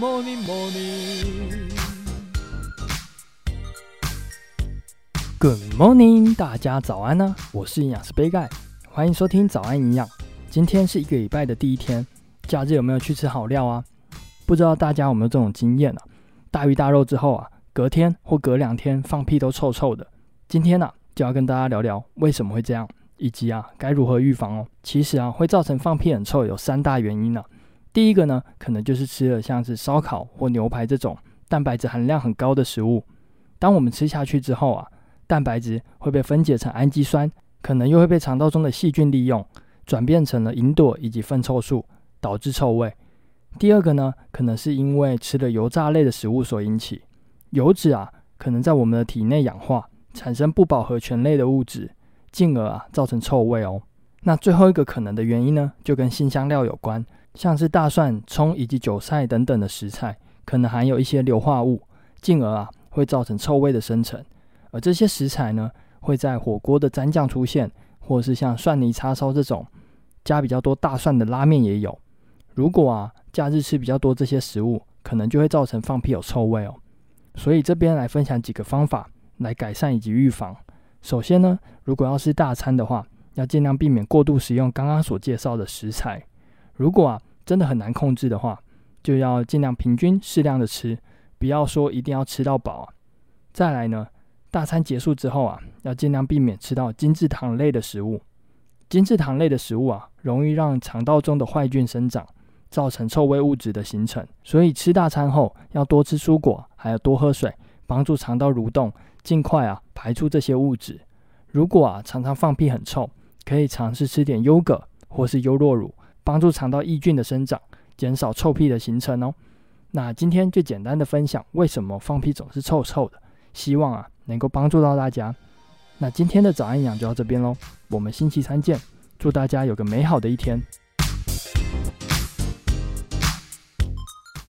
morning, morning. Good morning， 大家早安呢！我是营养师杯盖，欢迎收听早安营养。今天是一个礼拜的第一天，假日有没有去吃好料啊？不知道大家有没有这种经验啊？大鱼大肉之后啊，隔天或隔2天放屁都臭臭的。今天啊，就要跟大家聊聊为什么会这样，以及啊该如何预防哦。其实啊，会造成放屁很臭有3大原因啊。第一个呢，可能就是吃了像是烧烤或牛排这种蛋白质含量很高的食物，当我们吃下去之后啊，蛋白质会被分解成氨基酸，可能又会被肠道中的细菌利用，转变成了吲哚以及粪臭素，导致臭味。第二个呢，可能是因为吃了油炸类的食物所引起，油脂啊，可能在我们的体内氧化，产生不饱和醛类的物质，进而啊造成臭味哦。那最后一个可能的原因呢，就跟辛香料有关，像是大蒜、葱以及韭菜等等的食材，可能含有一些硫化物，进而啊会造成臭味的生成。而这些食材呢，会在火锅的蘸酱出现，或是像蒜泥叉烧这种加比较多大蒜的拉面也有。如果啊假日吃比较多这些食物，可能就会造成放屁有臭味哦。所以这边来分享几个方法来改善以及预防。首先呢，如果要吃大餐的话，要尽量避免过度食用刚刚所介绍的食材。如果啊真的很难控制的话，就要尽量平均适量的吃，不要说一定要吃到饱啊。再来呢，大餐结束之后啊，要尽量避免吃到精制糖类的食物。精制糖类的食物啊，容易让肠道中的坏菌生长，造成臭味物质的形成。所以吃大餐后要多吃蔬果，还有多喝水，帮助肠道蠕动，尽快啊排出这些物质。如果啊常常放屁很臭，可以尝试吃点优格或是优酪乳，帮助肠道益菌的生长，减少臭屁的形成哦。那今天就简单的分享为什么放屁总是臭臭的，希望啊能够帮助到大家。那今天的早安营养就到这边咯，我们星期三见，祝大家有个美好的一天。